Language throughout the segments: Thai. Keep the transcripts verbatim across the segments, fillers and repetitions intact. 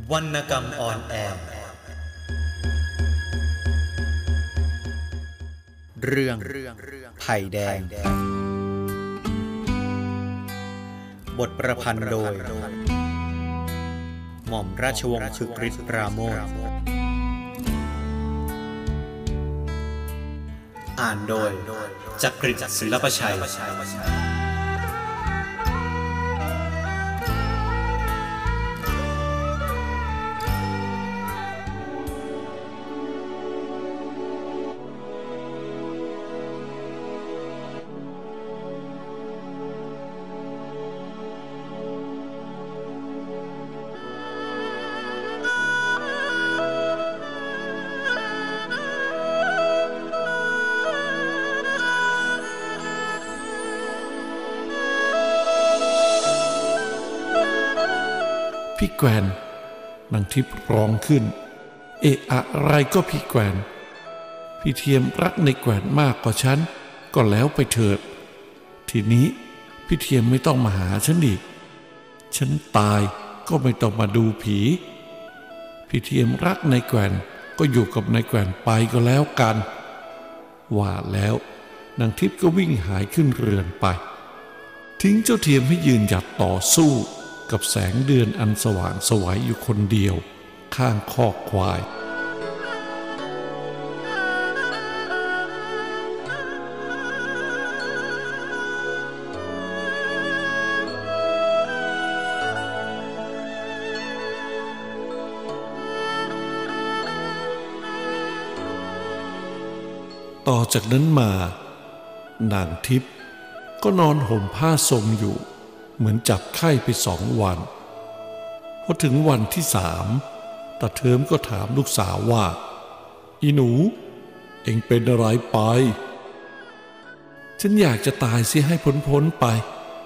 วรรณกรรมออนแอร์เรื่องไผ่แดงบทประพันธ์โดยหม่อมราชวงศ์คึกฤทธิ์ปราโมชอ่านโดยจักริดศิลปชัยพี่แกวนนางทิพย์ร้องขึ้นเอะอะไรก็พี่แกวนพี่เทียมรักในแกวนมากกว่าฉันก็แล้วไปเถิดทีนี้พี่เทียมไม่ต้องมาหาฉันอีกฉันตายก็ไม่ต้องมาดูผีพี่เทียมรักในแกวนก็อยู่กับในแกวนไปก็แล้วกันว่าแล้วนางทิพย์ก็วิ่งหายขึ้นเรือนไปทิ้งเจ้าเทียมให้ยืนหยัดต่อสู้กับแสงเดือนอันสว่างไสวอยู่คนเดียวข้างคอกควายต่อจากนั้นมานางทิพย์ก็นอนห่มผ้าทรงอยู่เหมือนจับไข้ไปสองวันพอถึงวันที่สามตาเทิมก็ถามลูกสาวว่าอีหนูเอ็งเป็นอะไรไปฉันอยากจะตายเสียให้พ้นๆไป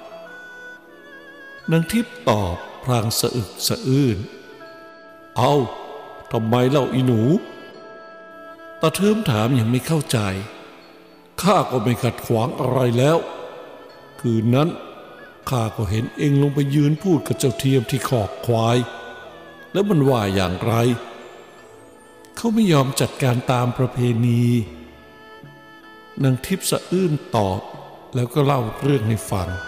นางทิพย์ตอบพลางสะอึกสะอื้นเอาทำไมเล่าอีหนูตาเทิมถามอย่างไม่เข้าใจข้าก็ไม่ขัดขวางอะไรแล้วคืนนั้นข้าก็เห็นเองลงไปยืนพูดกับเจ้าเทียมที่คอกควายแล้วมันว่าอย่างไรเขาไม่ยอมจัดการตามประเพณีนางทิพย์สะอื้นตอบแล้วก็เล่าเรื่องให้ฟัง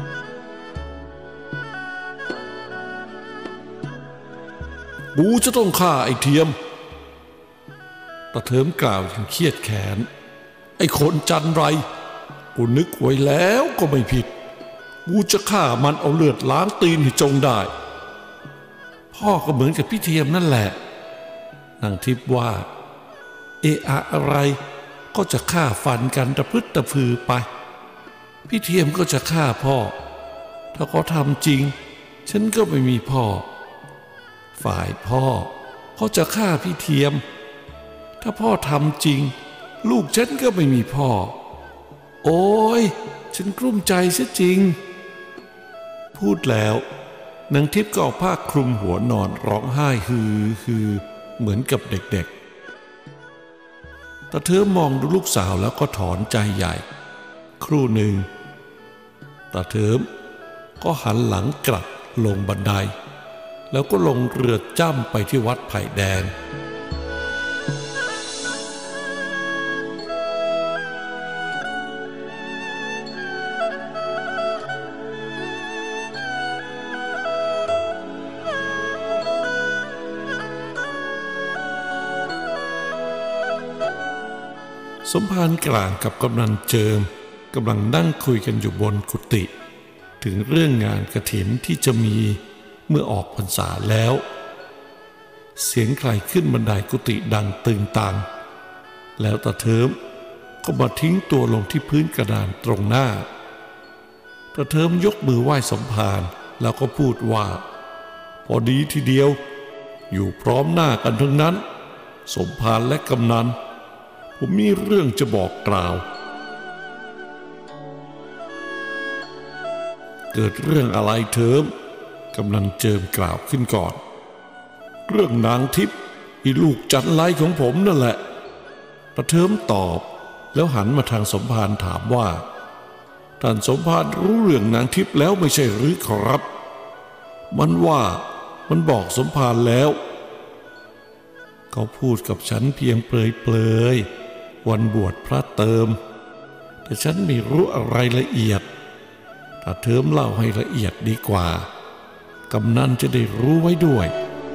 กูจะต้องฆ่าไอ้เทียมตาเทิมกล่าวอย่างเครียดแค้นไอ้คนจันไรกูนึกไว้แล้วก็ไม่ผิดกูจะฆ่ามันเอาเลือดล้างตีนให้จงได้พ่อก็เหมือนกับพี่เทียมนั่นแหละนางทิพย์ว่าเอะอะอะไรก็จะฆ่าฟันกันตะพึดตะพือไปพี่เทียมก็จะฆ่าพ่อถ้าเขาทำจริงฉันก็ไม่มีพ่อฝ่ายพ่อเขาจะฆ่าพี่เทียมถ้าพ่อทำจริงลูกฉันก็ไม่มีพ่อโอ้ยฉันกลุ้มใจเสียจริงพูดแล้วนางทิพย์ก็เอาผ้าคลุมหัวนอนร้องไห้ฮือฮือเหมือนกับเด็กๆตาเทิมมองดูลูกสาวแล้วก็ถอนใจใหญ่ครู่หนึ่งตาเทิมก็หันหลังกลับลงบันไดแล้วก็ลงเรือจ้ำไปที่วัดไผ่แดงสมภารกลางกับกำนันเจิมกำลังนั่งคุยกันอยู่บนกุฏิถึงเรื่องงานกฐินที่จะมีเมื่อออกพรรษาแล้วเสียงใครขึ้นบันไดกุฏิดังตึงตังแล้วตาเทิมก็มาทิ้งตัวลงที่พื้นกระดานตรงหน้าตาเทิมยกมือไหว้สมภารแล้วก็พูดว่าพอดีทีเดียวอยู่พร้อมหน้ากันทั้งนั้นสมภารและกำนันผมมีเรื่องจะบอกกล่าวเกิดเรื่องอะไรเทิมกำนันเจิมกล่าวขึ้นก่อนเรื่องนางทิพย์ที่ลูกจันไรของผมนั่นแหละตาเทิมตอบแล้วหันมาทางสมภารถามว่าท่านสมภารรู้เรื่องนางทิพย์แล้วไม่ใช่หรือครับมันว่ามันบอกสมภารแล้วเขาพูดกับฉันเพียงเปรยๆวันบวชพระเติมแต่ฉันไม่รู้อะไรละเอียดถ้าเทิมเล่าให้ละเอียดดีกว่ากำนันจะได้รู้ไว้ด้วย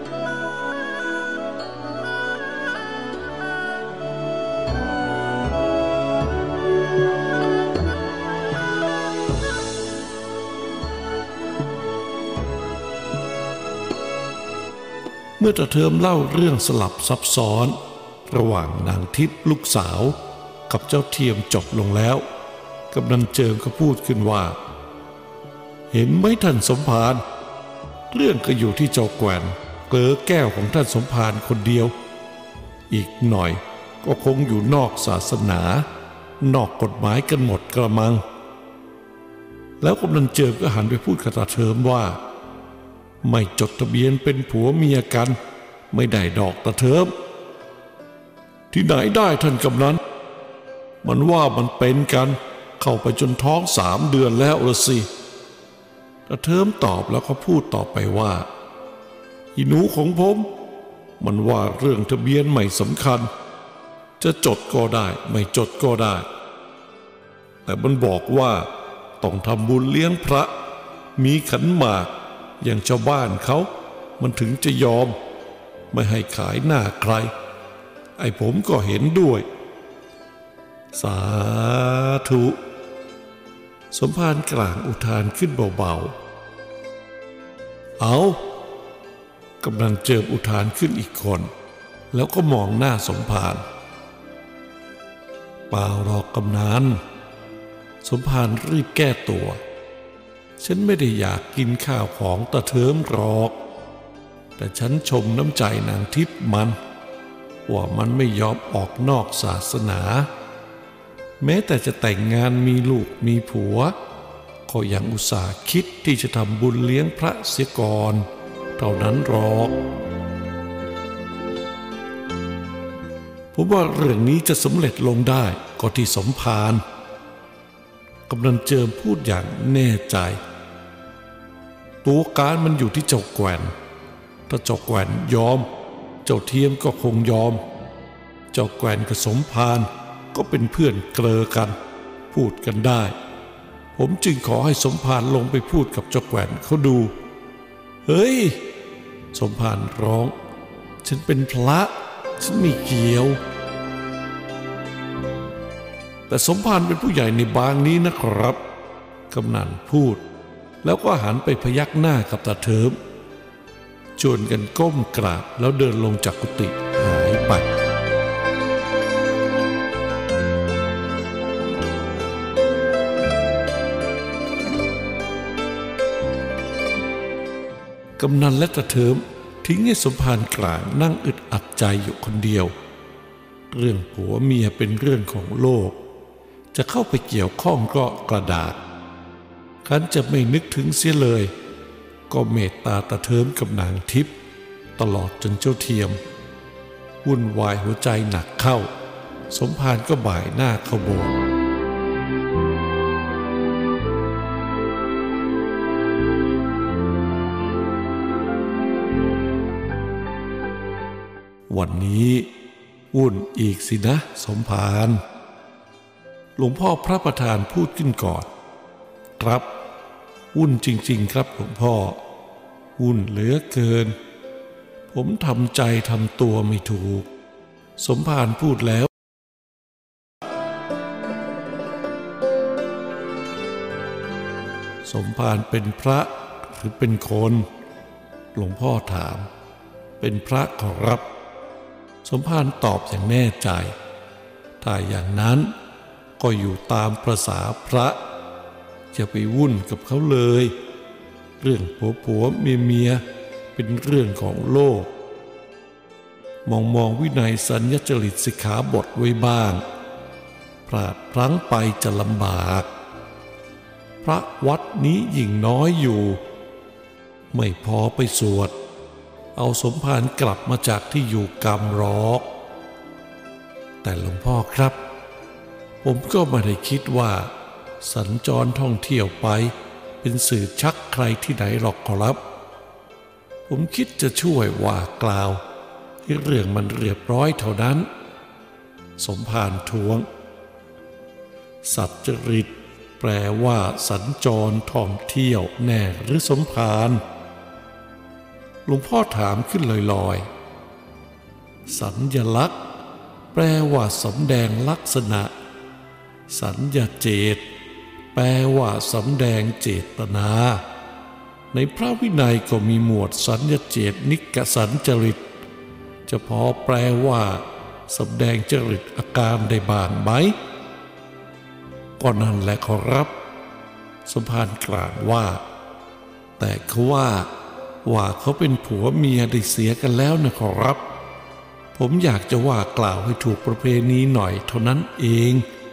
เมื่อตาเทิมเล่าเรื่องสลับซับซ้อนระหว่างนางทิพย์ลูกสาวกับเจ้าเทียมจบลงแล้วกำนันเจิมก็พูดขึ้นว่าเห็นไหมท่านสมภารเรื่องก็อยู่ที่เจ้าแกว่นเกลอแก้วของท่านสมภารคนเดียวอีกหน่อยก็คงอยู่นอกศาสนานอกกฎหมายกันหมดกระมังแล้วกำนันเจิมก็หันไปพูดกับตาเทิมว่าไม่จดทะเบียนเป็นผัวเมียกันไม่ได้ดอกตาเทิมที่ไหนได้ท่านกำนันมันว่ามันเป็นกันเข้าไปจนท้องสามเดือนแล้วละสิตาเทิมตอบแล้วก็พูดต่อไปว่าอีหนูของผมมันว่าเรื่องทะเบียนไม่สำคัญจะจดก็ได้ไม่จดก็ได้แต่มันบอกว่าต้องทำบุญเลี้ยงพระมีขันหมากอย่างชาวบ้านเขามันถึงจะยอมไม่ให้ขายหน้าใครไอ้ผมก็เห็นด้วยสาธุสมภารกลางอุทานขึ้นเบาๆเอากำลังเจิมอุทานขึ้นอีกคนแล้วก็มองหน้าสมภารเปล่าหรอกกำนันสมภารรีบแก้ตัวฉันไม่ได้อยากกินข้าวของตาเทิมหรอกแต่ฉันชมน้ำใจนางทิพย์มันว่ามันไม่ยอมออกนอกศาสนาแม้แต่จะแต่งงานมีลูกมีผัวก็ยังอุตส่าห์คิดที่จะทำบุญเลี้ยงพระเสียก่อนเท่านั้นหรอกผมว่าเรื่องนี้จะสำเร็จลงได้ก็ที่สมภารกำนันเจิมพูดอย่างแน่ใจตัวการมันอยู่ที่เจ้าแกว่นถ้าเจ้าแกว่นยอมเจ้าเทียมก็คงยอมเจ้าแกว่นกับสมภารก็เป็นเพื่อนเกลอกันพูดกันได้ผมจึงขอให้สมภารลงไปพูดกับเจ้าแกว่นเขาดูเฮ้ยสมภารร้องฉันเป็นพระฉันไม่เกี่ยวแต่สมภารเป็นผู้ใหญ่ในบางนี้นะครับกำนันพูดแล้วก็หันไปพยักหน้ากับตาเทิมชวนกันก้มกราบแล้วเดินลงจากกุฏิหายไปกำนันและตาเทิมทิ้งให้สมภารกลางนั่งอึดอัดใจอยู่คนเดียวเรื่องผัวเมียเป็นเรื่องของโลกจะเข้าไปเกี่ยวข้องก็กระดาษคันจะไม่นึกถึงเสียเลยก็เมตตาตาเทิมกับนางทิพย์ตลอดจนเจ้าเทียมวุ่นวายหัวใจหนักเข้าสมภารก็บ่ายหน้าเข้าโบสถ์วันนี้วุ่นอีกสินะสมภารหลวงพ่อพระประธานพูดขึ้นก่อนครับวุ่นจริงๆครับหลวงพ่อวุ่นเหลือเกินผมทำใจทำตัวไม่ถูกสมภารพูดแล้วสมภารเป็นพระหรือเป็นคนหลวงพ่อถามเป็นพระขอรับสมภารตอบอย่างแน่ใจถ้าอย่างนั้นก็อยู่ตามประสาพระจะไปวุ่นกับเขาเลยเรื่องผัวผัวเมียเมียเป็นเรื่องของโลกมองมองวินัยสัญญจริตสิกขาบทไว้บ้างพลาดพลั้งไปจะลำบากพระวัดนี้ยิ่งน้อยอยู่ไม่พอไปสวดเอาสมภารกลับมาจากที่อยู่กำรอกแต่หลวงพ่อครับผมก็ไม่ได้คิดว่าสัญจรท่องเที่ยวไปเป็นสื่อชักใครที่ไหนหรอกครับผผมคิดจะช่วยว่ากล่าวให้เรื่องมันเรียบร้อยเท่านั้นสมภารท้วงสัจจริตแปลว่าสัญจรท่องเที่ยวแน่หรือสมภารหลวงพ่อถามขึ้นลอยๆสัญลักษณ์แปลว่าสำแดงลักษณะสัญญาเจตแปลว่าสำแดงเจตนาในพระวินัยก็มีหมวดสัญญาเจตนิกสัญจริตจะพอแปลว่าสำแดงจริตอาการได้บ้างไหมก็นั่นแหละขอรับสมภารกล่าวว่าแต่เขาว่าว่าเขาเป็นผัวเมียได้เสียกันแล้วนะขอรับผมอยากจะว่ากล่าวให้ถูกประเพณีหน่อยเท่านั้นเอง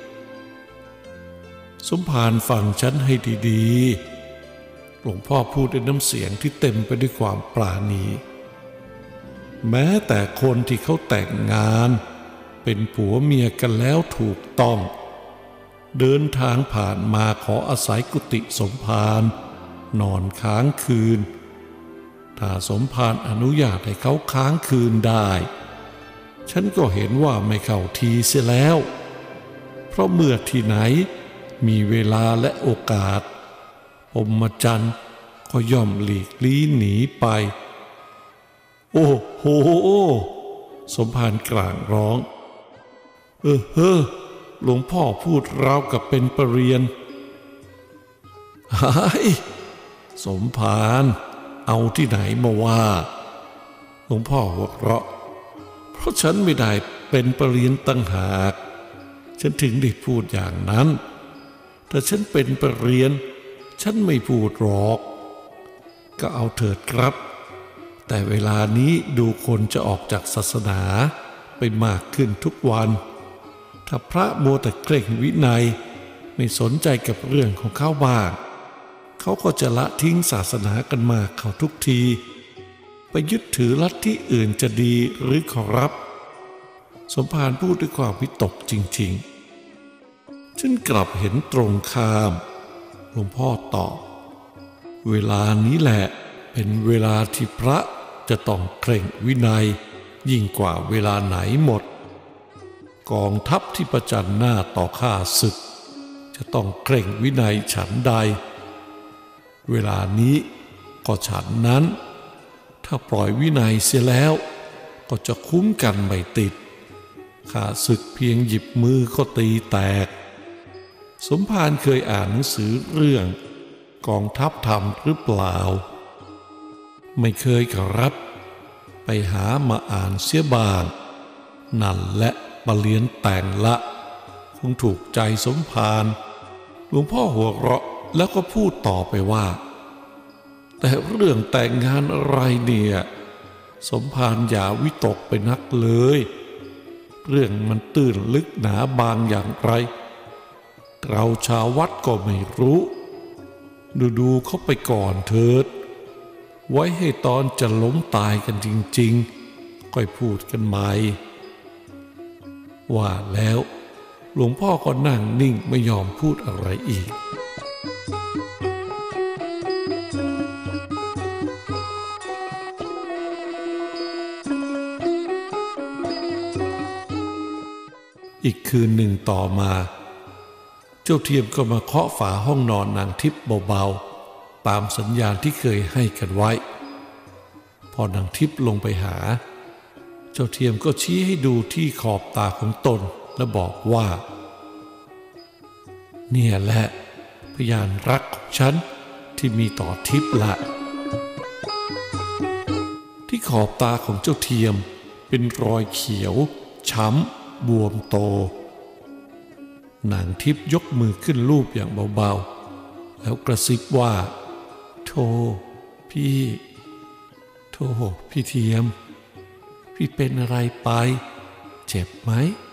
สมภารฟังฉันให้ดีๆหลวงพ่อพูดด้วยน้ำเสียงที่เต็มไปด้วยความปราณีแม้แต่คนที่เขาแต่งงานเป็นผัวเมียกันแล้วถูกต้องเดินทางผ่านมาขออาศัยกุฏิสมภารนอนค้างคืนถ้าสมภารอนุญาตให้เขาค้างคืนได้ฉันก็เห็นว่าไม่เข้าทีเสียแล้วเพราะเมื่อที่ไหนมีเวลาและโอกาสพรหมจรรย์ก็ย่อมหลีกลี่หนีไปโอ้โหสมภารกลางร้องเออเฮ้อหลวงพ่อพูดราวกับเป็นปรริญญาหายสมภารเอาที่ไหนมาว่าหลวงพ่อหัวเราะเพราะฉันไม่ได้เป็นปรริญญาตั้งหากฉันถึงได้พูดอย่างนั้นแต่ฉันเป็นปรริญญาฉันไม่พูดหรอกก็เอาเถิดครับแต่เวลานี้ดูคนจะออกจากศาสนาไปมากขึ้นทุกวันถ้าพระมัวแต่เคร่งวินัยไม่สนใจกับเรื่องของเขาบ้างเขาก็จะละทิ้งศาสนากันมากเขาทุกทีไปยึดถือลัทธิอื่นจะดีหรือขอรับสมภารพูดด้วยความวิตกจริงๆฉันกลับเห็นตรงข้ามหลวงพ่อตอบเวลานี้แหละเป็นเวลาที่พระจะต้องเคร่งวินัยยิ่งกว่าเวลาไหนหมดกองทัพที่ประจันหน้าต่อข้าศึกจะต้องเคร่งวินัยฉันใดเวลานี้ก็ฉันนั้นถ้าปล่อยวินัยเสียแล้วก็จะคุ้มกันไม่ติดข้าศึกเพียงหยิบมือก็ตีแตกสมภารเคยอ่านหนังสือเรื่องกองทัพธรรมหรือเปล่าไม่เคยครับไปหามาอ่านเสียบ้างนั่นและปรริญญาแต่งละคงถูกใจสมภารหลวงพ่อหัวเราะแล้วก็พูดต่อไปว่าแต่เรื่องแต่งงานอะไรเนี่ยสมภารอย่าวิตกไปนักเลยเรื่องมันตื้นลึกหนาบางอย่างไรเราชาววัดก็ไม่รู้ดูดูเขาไปก่อนเถิดไว้ให้ตอนจะล้มตายกันจริงๆค่อยพูดกันใหม่ว่าแล้วหลวงพ่อก็นั่งนิ่งไม่ยอมพูดอะไรอีกอีกคืนหนึ่งต่อมาเจ้าเทียมก็มาเคาะฝาห้องนอนนางทิพย์เบาๆตามสัญญาณที่เคยให้กันไว้พอนางทิพย์ลงไปหาเจ้าเทียมก็ชี้ให้ดูที่ขอบตาของตนและบอกว่าเนี่ยแหละพยานรักของฉันที่มีต่อทิพย์ละที่ขอบตาของเจ้าเทียมเป็นรอยเขียวช้ำบวมโตนางทิพย์ยกมือขึ้นลูบอย่างเบาๆแล้วกระซิบว่าโธ่พี่โธ่พี่เทียมพี่เป็นอะไรไปเจ็บไหม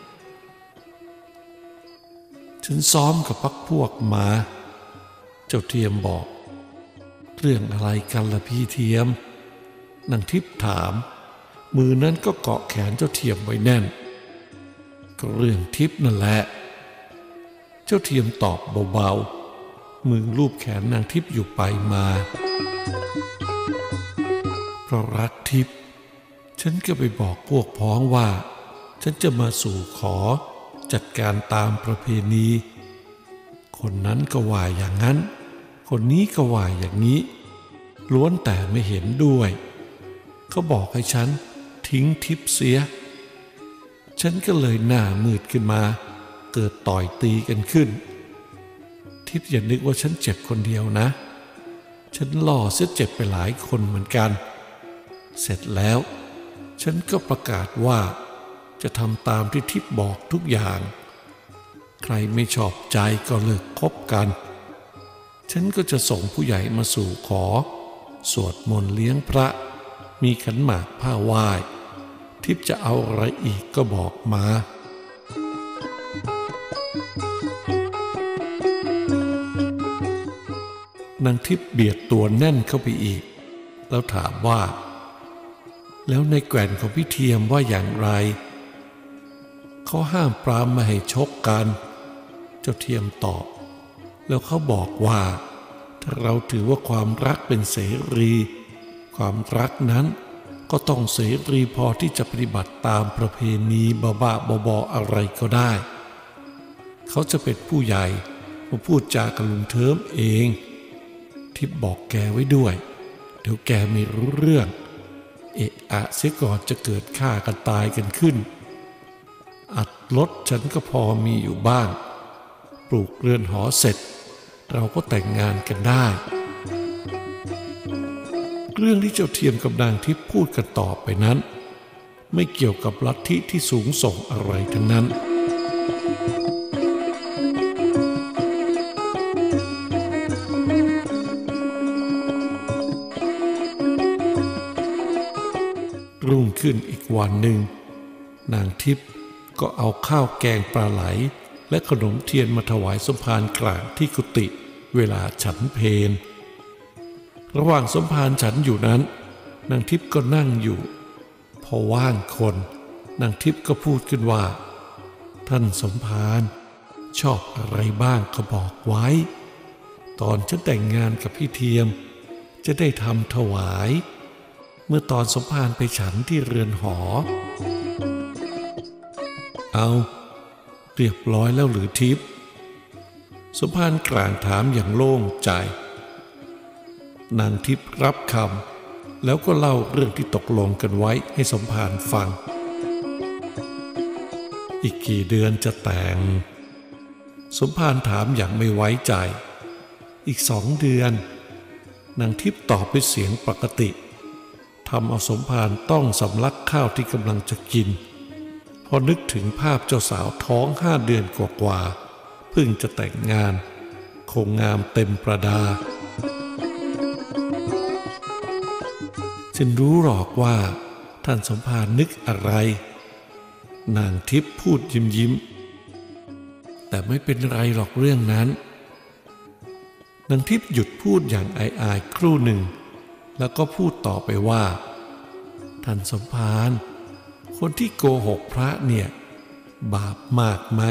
ฉันซ้อมกับพักพวกมาเจ้าเทียมบอกเรื่องอะไรกันล่ะพี่เทียมนางทิพย์ถามมือนั้นก็เกาะแขนเจ้าเทียมไว้แน่นก็เรื่องทิพย์นั่นแหละเจ้าเทียมตอบเบาๆมือลูบแขนนางทิพย์อยู่ไปมาเพราะรักทิพย์ฉันก็ไปบอกพวกพ้องว่าฉันจะมาสู่ขอจัดการตามประเพณีคนนั้นก็ว่าอย่างนั้นคนนี้ก็ว่าอย่างนี้ล้วนแต่ไม่เห็นด้วยเขาบอกให้ฉันทิ้งทิพย์เสียฉันก็เลยหน้ามืดขึ้นมาเกิดต่อยตีกันขึ้นทิพย์อย่านึกว่าฉันเจ็บคนเดียวนะฉันล่อเสียเจ็บไปหลายคนเหมือนกันเสร็จแล้วฉันก็ประกาศว่าจะทำตามที่ทิพย์บอกทุกอย่างใครไม่ชอบใจก็เลิกคบกันฉันก็จะส่งผู้ใหญ่มาสู่ขอสวดมนต์เลี้ยงพระมีขันหมากผ้าไหว้ทิพย์จะเอาอะไรอีกก็บอกมานางทิพย์เบียดตัวแน่นเข้าไปอีกแล้วถามว่าแล้วในแก่นของพี่เทียมว่าอย่างไรเขาห้ามปรามไม่ให้ชกกันเจ้าเทียมตอบแล้วเขาบอกว่าถ้าเราถือว่าความรักเป็นเสรีความรักนั้นก็ต้องเสรีพอที่จะปฏิบัติตามประเพณีบ้าๆบอๆอะไรก็ได้เขาจะเป็นผู้ใหญ่มาพูดจากับลุงเทิมเองทิพย์บอกแกไว้ด้วยเดี๋ยวแกไม่รู้เรื่องเอะอะเสียก่อนจะเกิดฆ่ากันตายกันขึ้นอัดรถฉันก็พอมีอยู่บ้างปลูกเรือนหอเสร็จเราก็แต่งงานกันได้เรื่องที่เจ้าเทียมกับนางทิพย์พูดกันต่อไปนั้นไม่เกี่ยวกับลัทธิที่สูงส่งอะไรทั้งนั้นรุ่งขึ้นอีกวันหนึ่งนางทิพย์ก็เอาข้าวแกงปลาไหลและขนมเทียนมาถวายสมภารกลางที่กุฏิเวลาฉันเพลระหว่างสมภารฉันอยู่นั้นนางทิพย์ก็นั่งอยู่พอว่างคนนางทิพย์ก็พูดขึ้นว่าท่านสมภารชอบอะไรบ้างก็บอกไว้ตอนฉันแต่งงานกับพี่เทียมจะได้ทำถวายเมื่อตอนสมภารไปฉันที่เรือนหอเอาเรียบร้อยแล้วหรือทิพย์สมภารกลางถามอย่างโล่งใจนางทิพย์รับคำแล้วก็เล่าเรื่องที่ตกลงกันไว้ให้สมภารฟังอีกกี่เดือนจะแต่งสมภารถามอย่างไม่ไว้ใจอีกสองเดือนนางทิพย์ตอบด้วยเสียงปกติทำเอาสมภารต้องสำลักข้าวที่กำลังจะกินพอนึกถึงภาพเจ้าสาวท้องห้าเดือนกว่าๆเพิ่งจะแต่งงานคงงามเต็มประดาฉันรู้หรอกว่าท่านสมภารนึกอะไรนางทิพย์พูดยิ้มยิ้มแต่ไม่เป็นไรหรอกเรื่องนั้นนางทิพย์หยุดพูดอย่างอายๆครู่หนึ่งแล้วก็พูดต่อไปว่าท่านสมภารคนที่โกหกพระเนี่ยบาปมากไหม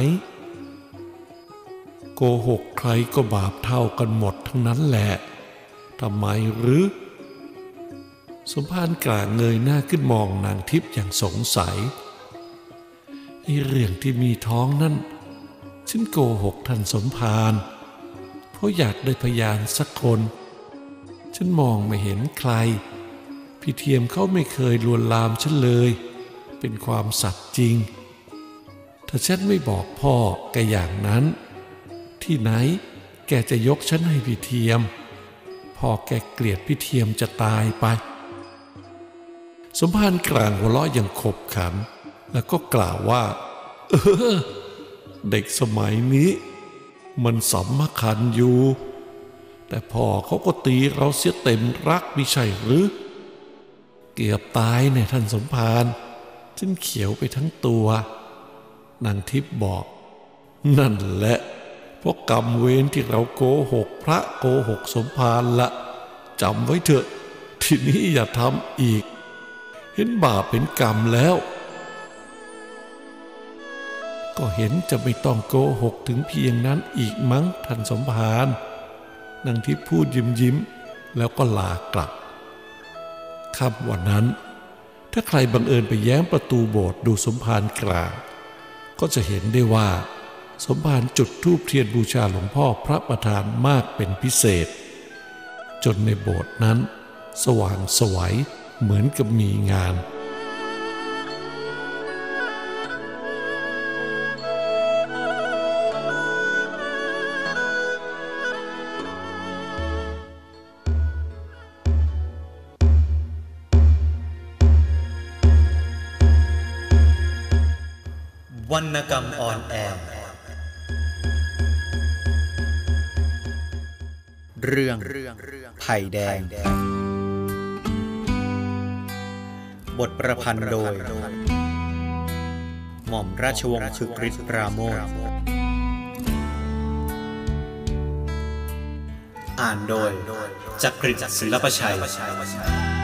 โกหกใครก็บาปเท่ากันหมดทั้งนั้นแหละทำไมหรือสมภารกลางเงยหน้าขึ้นมองนางทิพย์อย่างสงสัยไอ้เรื่องที่มีท้องนั่นฉันโกหกท่านสมภารเพราะอยากได้พยานสักคนฉันมองไม่เห็นใครพี่เทียมเขาไม่เคยลวนลามฉันเลยเป็นความสัตย์จริงถ้าฉันไม่บอกพ่อแกอย่างนั้นที่ไหนแกจะยกฉันให้พี่เทียมพ่อแกเกลียดพี่เทียมจะตายไปสมภารกลางหัวเราะอย่างขบขันแล้วก็กล่าวว่าเออเด็กสมัยนี้มันสำคัญอยู่แต่พ่อเขาก็ตีเราเสียเต็มรักไม่ใช่หรือเกือบตายเนี่ยท่านสมภารฉันเขียวไปทั้งตัวนางทิพย์บอกนั่นแหละเพราะกรรมเวรที่เราโกหกพระโกหกสมภารละจำไว้เถอะทีนี้อย่าทำอีกเห็นบาปเป็นกรรมแล้วก็เห็นจะไม่ต้องโกหกถึงเพียงนั้นอีกมั้งท่านสมภารนางทิพย์พูดยิ้มยิ้มแล้วก็ลากลับค่ำวันนั้นถ้าใครบังเอิญไปแย้มประตูโบสถ์ดูสมภารกลางก็จะเห็นได้ว่าสมภารจุดธูปเทียนบูชาหลวงพ่อพระประธานมากเป็นพิเศษจนในโบสถ์นั้นสว่างไสวเหมือนกับมีงานวรรณกรรมออนแอร์เรื่องไผ่แดงบทประพันธ์โดยหม่อมราชวงศ์คึกฤทธิ์ปราโมทย์อ่านโดยจักริดศิลปชัย